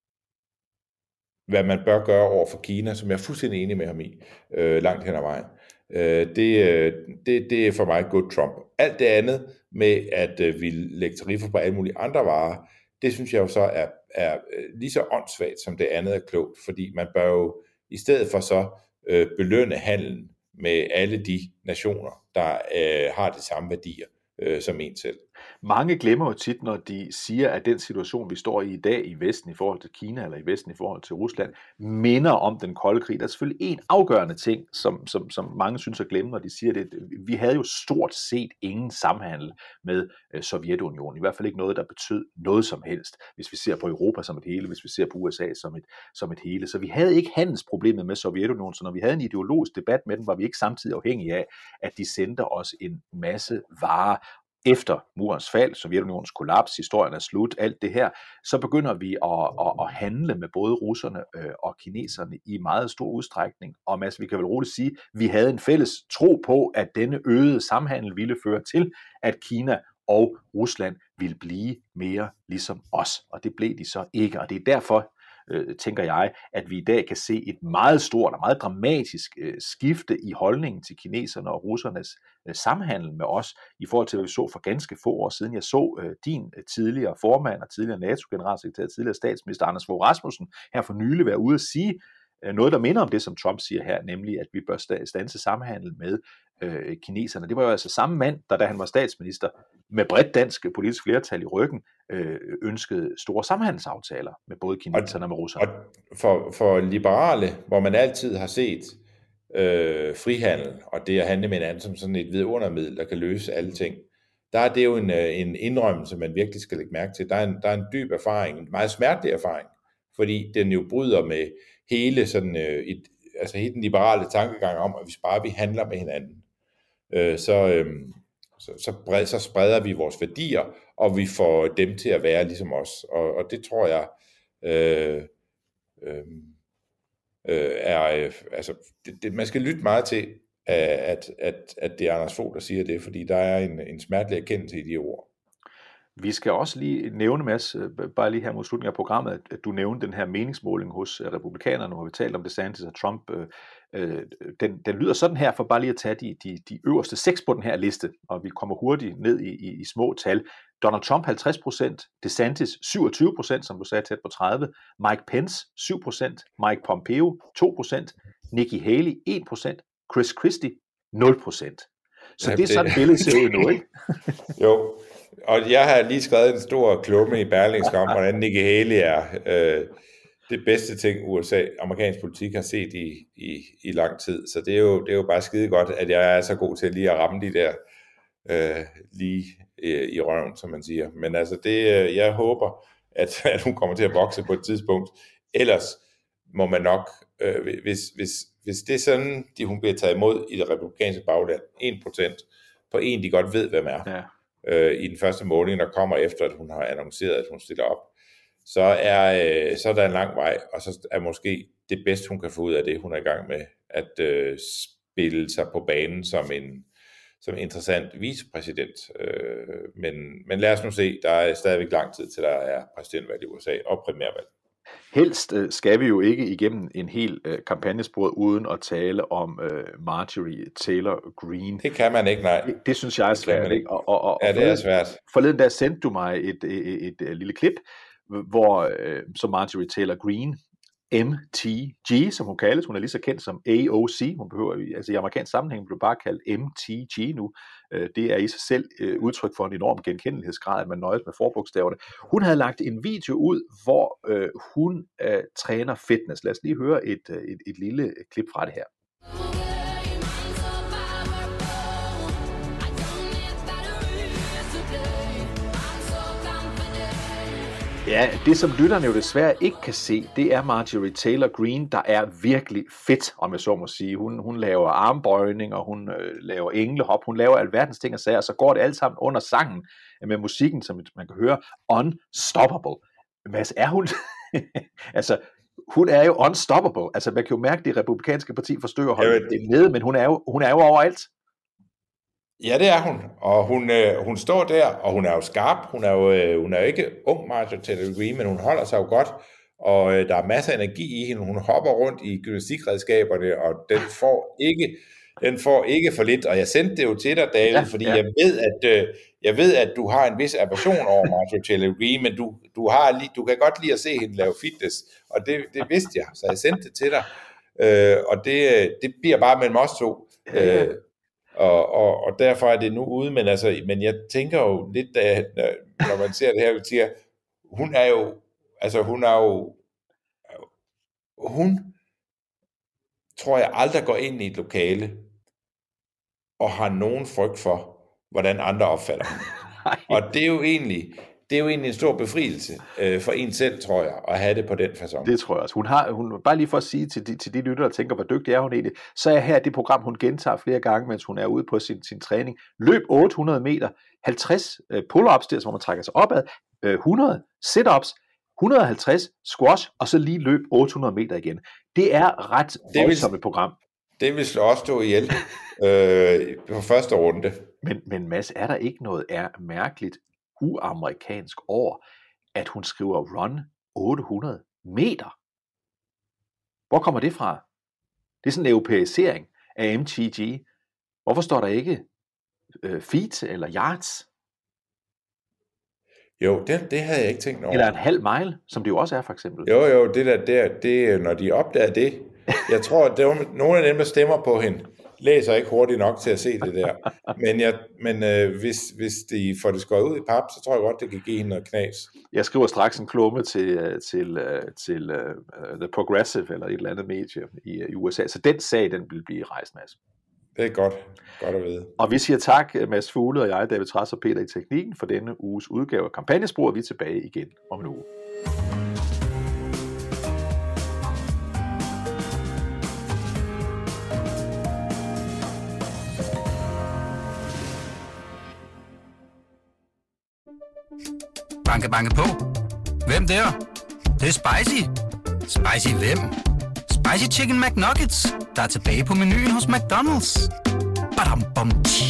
hvad man bør gøre over for Kina, som jeg er fuldstændig enig med ham i, øh, langt hen ad vejen. Øh, det, øh, det, det er for mig good Trump. Alt det andet med at øh, vi lægge tariffer på alle mulige andre varer, det synes jeg jo så er, er lige så åndssvagt, som det andet er klogt, fordi man bør jo i stedet for så øh, belønne handelen med alle de nationer, der øh, har de samme værdier øh, som en selv. Mange glemmer jo tit, når de siger, at den situation, vi står i i dag i Vesten i forhold til Kina, eller i Vesten i forhold til Rusland, minder om den kolde krig. Der er selvfølgelig en afgørende ting, som, som, som mange synes at glemme, når de siger det. Vi havde jo stort set ingen samhandel med øh, Sovjetunionen. I hvert fald ikke noget, der betød noget som helst, hvis vi ser på Europa som et hele, hvis vi ser på U S A som et, som et hele. Så vi havde ikke handelsproblemet med Sovjetunionen, så når vi havde en ideologisk debat med dem, var vi ikke samtidig afhængige af, at de sendte os en masse varer. Efter murens fald, Sovjetunionens kollaps, historien er slut, alt det her, så begynder vi at, at, at handle med både russerne øh, og kineserne i meget stor udstrækning. Og Mads, vi kan vel roligt sige, at vi havde en fælles tro på, at denne øgede samhandel ville føre til, at Kina og Rusland ville blive mere ligesom os. Og det blev de så ikke, og det er derfor, Øh, tænker jeg, at vi i dag kan se et meget stort og meget dramatisk øh, skifte i holdningen til kineserne og russernes øh, samhandel med os, i forhold til, hvad vi så for ganske få år siden. Jeg så øh, din øh, tidligere formand og tidligere NATO-generalsekretær, tidligere statsminister Anders Fogh Rasmussen her for nylig være ude at sige øh, noget, der minder om det, som Trump siger her, nemlig at vi bør standse samhandel med øh, kineserne. Det var jo altså samme mand, der da han var statsminister, med bredt dansk politisk flertal i ryggen, øh, ønskede store samhandelsaftaler med både kineserne og med russerne. Og for, for liberale, hvor man altid har set øh, frihandel, og det at handle med hinanden som sådan et vidundermiddel, der kan løse alle ting, der er det jo en, en indrømmelse, man virkelig skal lægge mærke til. Der er en, der er en dyb erfaring, en meget smertelig erfaring, fordi den jo bryder med hele sådan øh, et, altså hele den liberale tankegang om, at hvis bare vi handler med hinanden, øh, så, øh, så, så, bred, så spreder vi vores værdier, og vi får dem til at være ligesom os. Og, og det tror jeg øh, øh, øh, er, øh, altså, det, det, man skal lytte meget til, at, at, at det er Anders Fogh, der siger det, fordi der er en, en smertelig erkendelse i de ord. Vi skal også lige nævne, Mads, bare lige her mod slutningen af programmet, at du nævnte den her meningsmåling hos republikanerne, hvor vi talte om DeSantis og Trump. Øh, den, den lyder sådan her, for bare lige at tage de, de, de øverste seks på den her liste, og vi kommer hurtigt ned i, i, i små tal. Donald Trump halvtreds procent, DeSantis syvogtyve procent, som du sagde, tæt på tredive, Mike Pence syv procent, Mike Pompeo to procent, Nikki Haley en procent, Chris Christie nul procent. Så ja, det er sådan et billede ser ud nu, ikke? Jo. Og jeg har lige skrevet en stor klumme i Berlingske om, hvordan Nikki Haley er øh, det bedste ting, U S A, amerikansk politik, har set i, i, i lang tid. Så det er, jo, det er jo bare skide godt, at jeg er så god til lige at ramme de der øh, lige øh, i røven, som man siger. Men altså, det, øh, jeg håber, at, at hun kommer til at vokse på et tidspunkt. Ellers må man nok, øh, hvis, hvis, hvis det er sådan, de hun bliver taget imod i det republikanske bagland, en procent på en, de godt ved, hvem er. Ja. øh, i den første måling, der kommer efter, at hun har annonceret, at hun stiller op, så er, øh, så er der en lang vej, og så er måske det bedste, hun kan få ud af det, hun er i gang med, at øh, spille sig på banen som en, som en interessant vicepræsident. Øh, men, men lad os nu se, der er stadigvæk lang tid til, der er præsidentvalg i U S A og primærvalg. Helst øh, skal vi jo ikke igennem en hel øh, kampagnespor uden at tale om øh, Marjorie Taylor Greene. Det kan man ikke, nej. Det, det synes jeg er svært. Ikke? Og, og, og, ja, det er svært. Forleden der sendte du mig et, et, et, et, et lille klip, hvor øh, så Marjorie Taylor Greene, M T G, som hun kaldes, hun er lige så kendt som A O C, hun behøver, altså i amerikansk sammenhæng bliver bare kaldt M T G nu, øh, det er i sig selv øh, udtryk for en enorm genkendelighedsgrad, at man nøjes med forbogstaverne. Hun havde lagt en video ud, hvor øh, hun øh, træner fitness. Lad os lige høre et, et, et lille klip fra det her. Ja, det som lytterne jo desværre ikke kan se, det er Marjorie Taylor Greene, der er virkelig fedt, om jeg så må sige. Hun, hun laver armbøjning, og hun øh, laver englehop, hun laver alverdens ting og sager, og så går det alt sammen under sangen med musikken, som man kan høre, Unstoppable. Hvad er hun? altså, hun er jo unstoppable. Altså, man kan jo mærke, at det republikanske parti forsøger at holde det, det nede, men hun er, jo, hun er jo overalt. Ja, det er hun, og hun, øh, hun står der, og hun er jo skarp, hun er jo, øh, hun er jo ikke ung Marjorie Taylor Greene, men hun holder sig jo godt, og øh, der er masser af energi i hende, hun hopper rundt i gymnastikredskaberne, og den får ikke, den får ikke for lidt, og jeg sendte det jo til dig, David, ja, fordi ja. jeg ved, at øh, jeg ved, at du har en vis aversion over Marjorie Taylor Greene, men du, du, har lige, du kan godt lide at se hende lave fitness, og det, det vidste jeg, så jeg sendte det til dig, øh, og det, det bliver bare mellem os to, øh, Og, og, og derfor er det nu ude, men, altså, men jeg tænker jo lidt, da, når man ser det her, siger, hun er jo, altså hun er jo, hun tror jeg aldrig går ind i et lokale, og har nogen frygt for, hvordan andre opfatter hende. Og det er jo egentlig, det er jo egentlig en stor befrielse øh, for en selv, tror jeg, at have det på den facon. Det tror jeg også. Hun har, hun, bare lige for at sige til de, til de lyttere, der tænker, hvor dygtig er hun egentlig, så er her det program, hun gentager flere gange, mens hun er ude på sin, sin træning. Løb otte hundrede meter, halvtreds øh, pull-ups, der, hvor man trækker sig opad, øh, hundrede sit-ups, et hundrede og halvtreds squash, og så lige løb otte hundrede meter igen. Det er ret voldsomt et program. Det vil slå også stå ihjel øh, på første runde. Men, men Mads, er der ikke noget er mærkeligt uamerikansk over, at hun skriver run otte hundrede meter? Hvor kommer det fra? Det er sådan en europæisering af M T G. Hvorfor står der ikke øh, feet eller yards? Jo, det, det havde jeg ikke tænkt over. Eller en halv mile, som det jo også er for eksempel. Jo, jo, det der, det, det når de opdager det. Jeg tror, at det nogle af dem, der stemmer på hende, læser ikke hurtigt nok til at se det der. Men, jeg, men øh, hvis, hvis de får det skåret ud i pap, så tror jeg godt, det kan give hende noget knas. Jeg skriver straks en klumme til, til, til uh, The Progressive eller et eller andet medie i, i U S A. Så den sag, den vil blive rejst, Mads. Det er godt. Godt at vide. Og vi siger tak, Mads Fugle og jeg, David Trads og Peter i teknikken, for denne uges udgave af Kampagnesporet. Vi er tilbage igen om en uge. Banke, banke på. Hvem der? Det, det er spicy. Spicy hvem? Spicy Chicken McNuggets, der er tilbage på menuen hos McDonald's. Badum, bom, tji.